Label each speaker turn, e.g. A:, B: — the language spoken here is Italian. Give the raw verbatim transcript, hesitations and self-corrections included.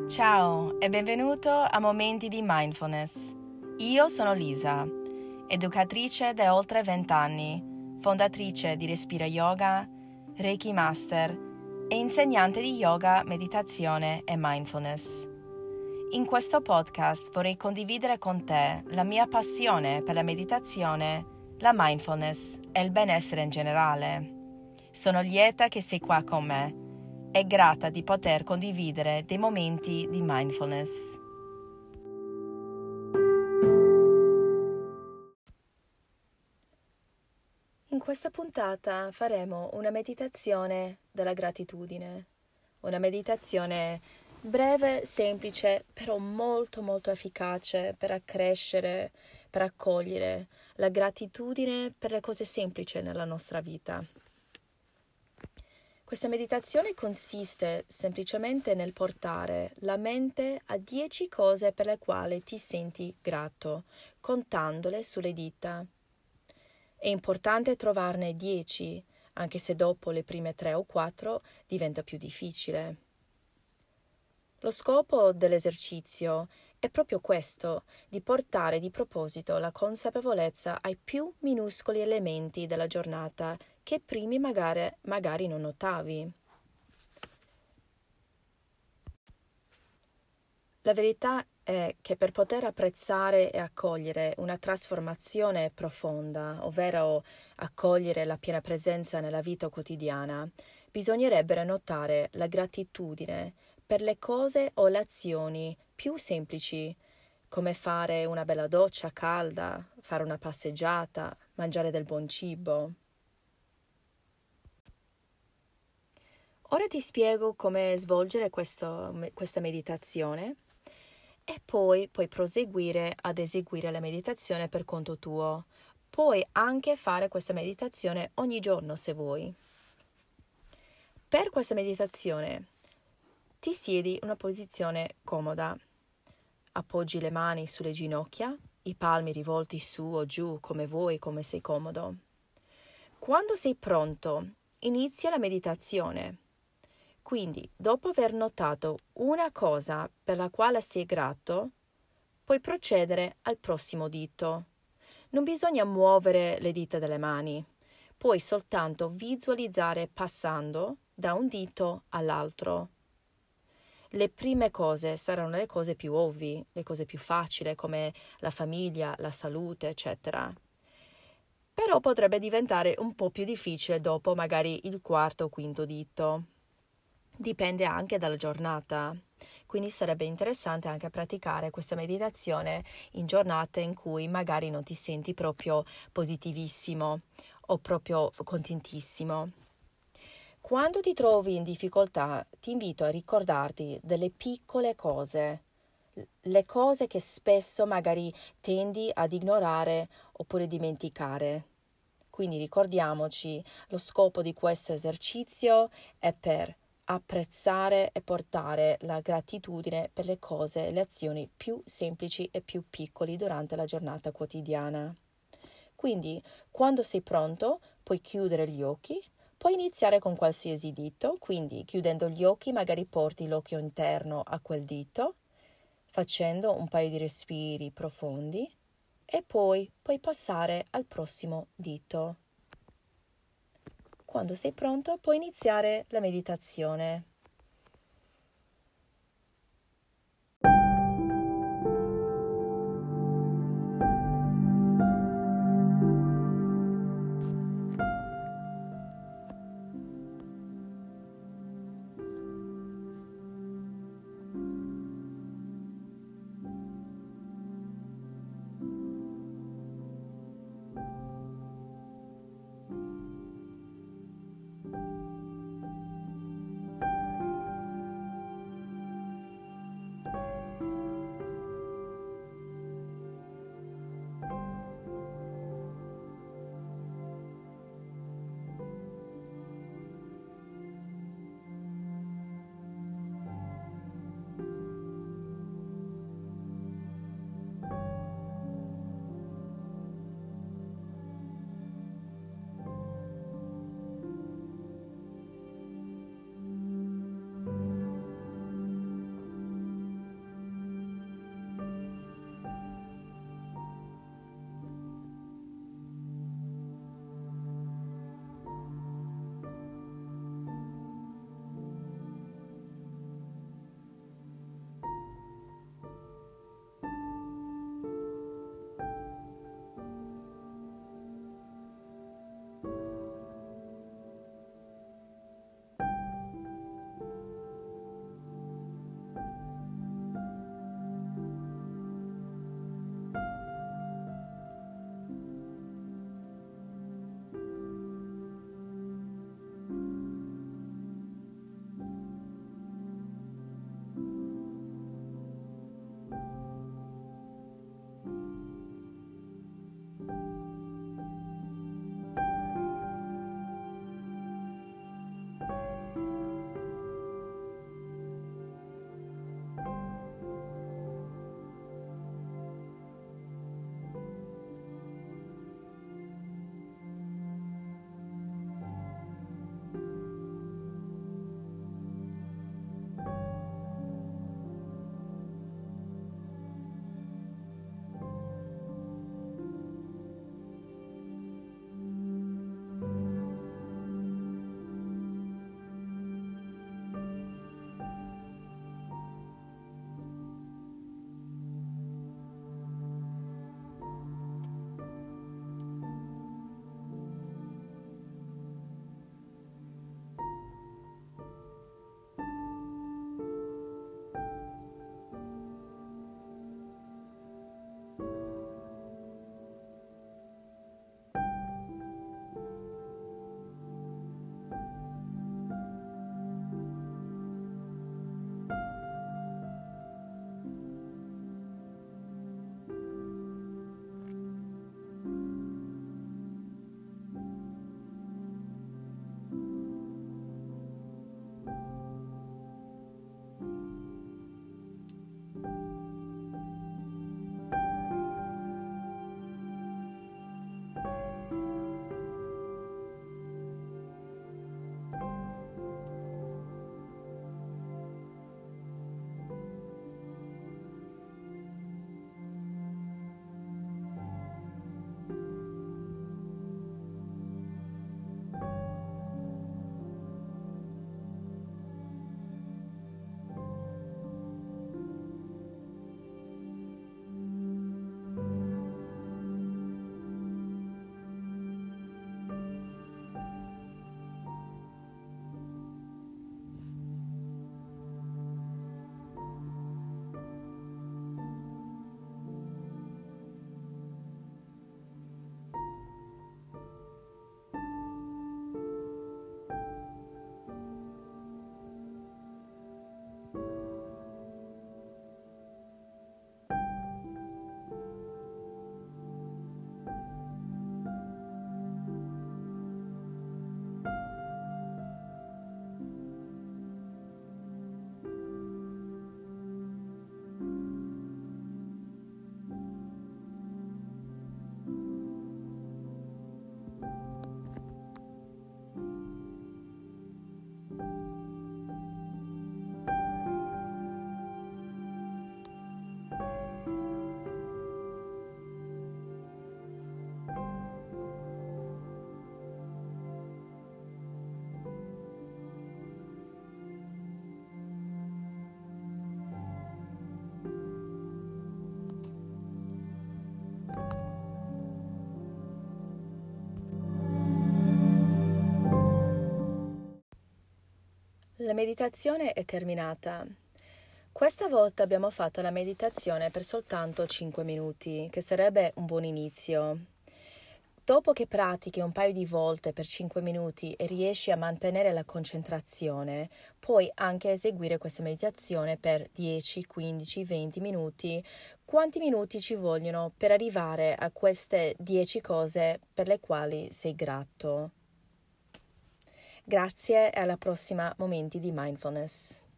A: Ciao e benvenuto a Momenti di Mindfulness. Io sono Lisa, educatrice da oltre vent'anni, fondatrice di Respira Yoga, Reiki Master e insegnante di yoga, meditazione e mindfulness. In questo podcast vorrei condividere con te la mia passione per la meditazione, la mindfulness e il benessere in generale. Sono lieta che sei qua con me e grata di poter condividere dei momenti di mindfulness. In questa puntata faremo una meditazione della gratitudine, una meditazione breve, semplice, però molto molto efficace per accrescere, per accogliere la gratitudine per le cose semplici nella nostra vita. Questa meditazione consiste semplicemente nel portare la mente a dieci cose per le quali ti senti grato, contandole sulle dita. È importante trovarne dieci, anche se dopo le prime tre o quattro diventa più difficile. Lo scopo dell'esercizio è proprio questo, di portare di proposito la consapevolezza ai più minuscoli elementi della giornata che primi magari, magari non notavi. La verità è che per poter apprezzare e accogliere una trasformazione profonda, ovvero accogliere la piena presenza nella vita quotidiana, bisognerebbe notare la gratitudine per le cose o le azioni più semplici, come fare una bella doccia calda, fare una passeggiata, mangiare del buon cibo. Ora ti spiego come svolgere questo, questa meditazione e poi puoi proseguire ad eseguire la meditazione per conto tuo. Puoi anche fare questa meditazione ogni giorno se vuoi. Per questa meditazione ti siedi in una posizione comoda. Appoggi le mani sulle ginocchia, i palmi rivolti su o giù come vuoi, come sei comodo. Quando sei pronto, inizia la meditazione. Quindi, dopo aver notato una cosa per la quale sei grato, puoi procedere al prossimo dito. Non bisogna muovere le dita delle mani, puoi soltanto visualizzare passando da un dito all'altro. Le prime cose saranno le cose più ovvie, le cose più facili, come la famiglia, la salute, eccetera. Però potrebbe diventare un po' più difficile dopo magari il quarto o quinto dito. Dipende anche dalla giornata, quindi sarebbe interessante anche praticare questa meditazione in giornate in cui magari non ti senti proprio positivissimo o proprio contentissimo. Quando ti trovi in difficoltà, ti invito a ricordarti delle piccole cose, le cose che spesso magari tendi ad ignorare oppure dimenticare. Quindi ricordiamoci, lo scopo di questo esercizio è per apprezzare e portare la gratitudine per le cose e le azioni più semplici e più piccoli durante la giornata quotidiana. Quindi, quando sei pronto, puoi chiudere gli occhi, puoi iniziare con qualsiasi dito, quindi chiudendo gli occhi magari porti l'occhio interno a quel dito, facendo un paio di respiri profondi e poi puoi passare al prossimo dito. Quando sei pronto, puoi iniziare la meditazione. la meditazione è terminata. Questa volta abbiamo fatto la meditazione per soltanto cinque minuti, che sarebbe un buon inizio. Dopo che pratichi un paio di volte per cinque minuti e riesci a mantenere la concentrazione, puoi anche eseguire questa meditazione per dieci, quindici, venti minuti. Quanti minuti ci vogliono per arrivare a queste dieci cose per le quali sei grato? Grazie e alla prossima Momenti di Mindfulness.